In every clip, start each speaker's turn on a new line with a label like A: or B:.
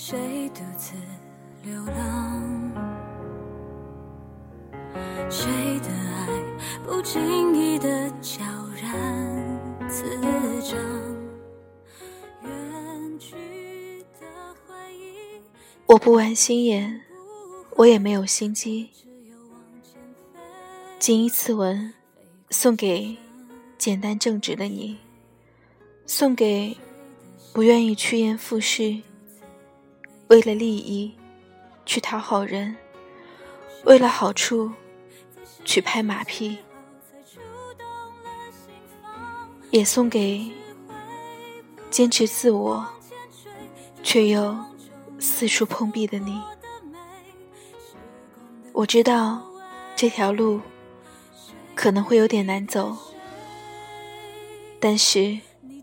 A: 谁独自流浪，谁的爱不经意的悄然滋长，远去的回忆。
B: 我不玩心眼，我也没有心机，仅以此文送给简单正直的你，送给不愿意趋炎附势，为了利益去讨好人，为了好处去拍马屁，也送给坚持自我却又四处碰壁的你。我知道这条路可能会有点难走，但是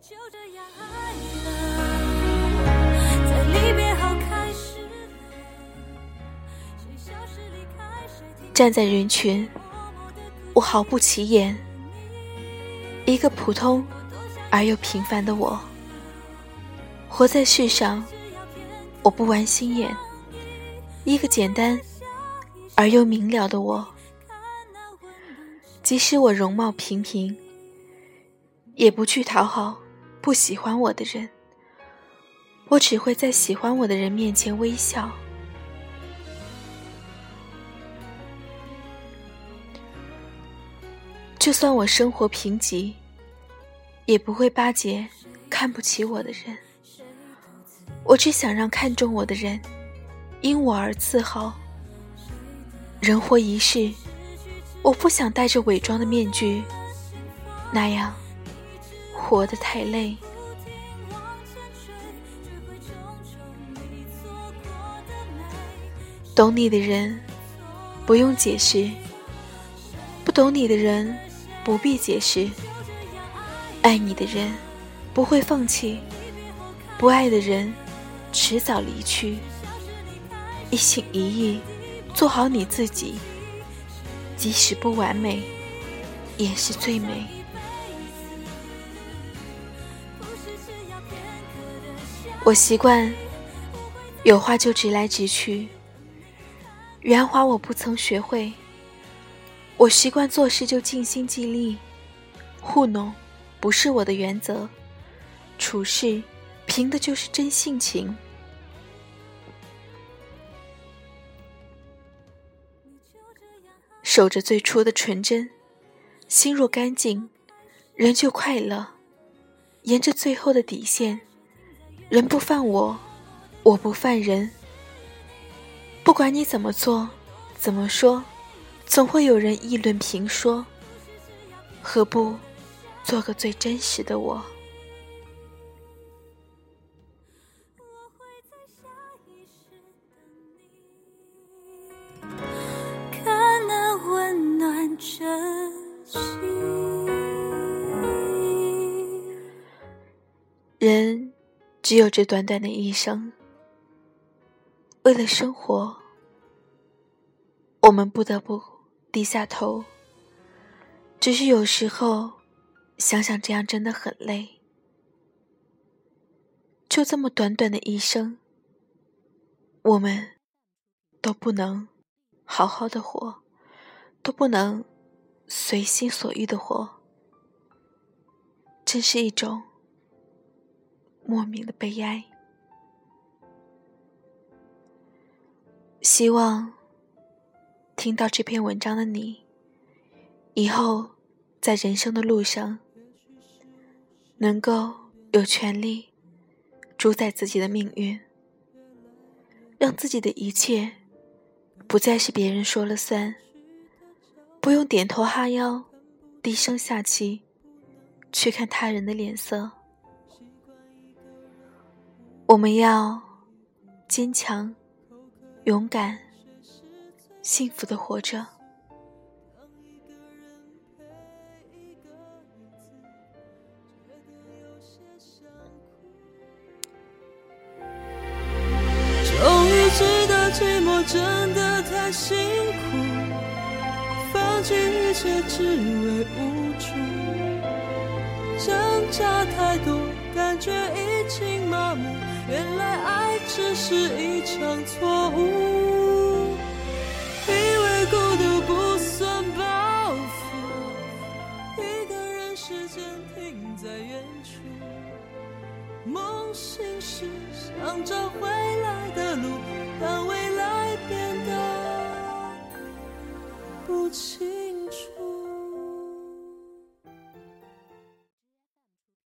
B: 站在人群，我毫不起眼，一个普通而又平凡的我，活在世上，我不玩心眼，一个简单而又明了的我。即使我容貌平平，也不去讨好不喜欢我的人，我只会在喜欢我的人面前微笑。就算我生活贫瘠，也不会巴结看不起我的人，我只想让看重我的人因我而自豪。人活一世，我不想戴着伪装的面具，那样活得太累。懂你的人不用解释，不懂你的人不必解释，爱你的人不会放弃，不爱的人迟早离去。一心一意做好你自己，即使不完美也是最美。我习惯有话就直来直去，圆滑我不曾学会，我习惯做事就尽心尽力，糊弄不是我的原则，处事凭的就是真性情。守着最初的纯真，心若干净，人就快乐。沿着最后的底线，人不犯我，我不犯人。不管你怎么做，怎么说，总会有人议论评说，何不做个最真实的我？
A: 看那温暖真心。
B: 人只有这短短的一生，为了生活，我们不得不低下头。只是有时候想想，这样真的很累。就这么短短的一生，我们都不能好好的活，都不能随心所欲的活，真是一种莫名的悲哀。希望听到这篇文章的你，以后在人生的路上能够有权利主宰自己的命运，让自己的一切不再是别人说了算，不用点头哈腰低声下气去看他人的脸色。我们要坚强勇敢幸福地活着。
A: 终于知道寂寞真的太辛苦，放弃一切只为无助，挣扎太多，感觉已经麻木， 原来爱只是一场错误，以为孤独不算包袱，一个人时间停在远处，梦醒时想找回来的路，但未来变得不清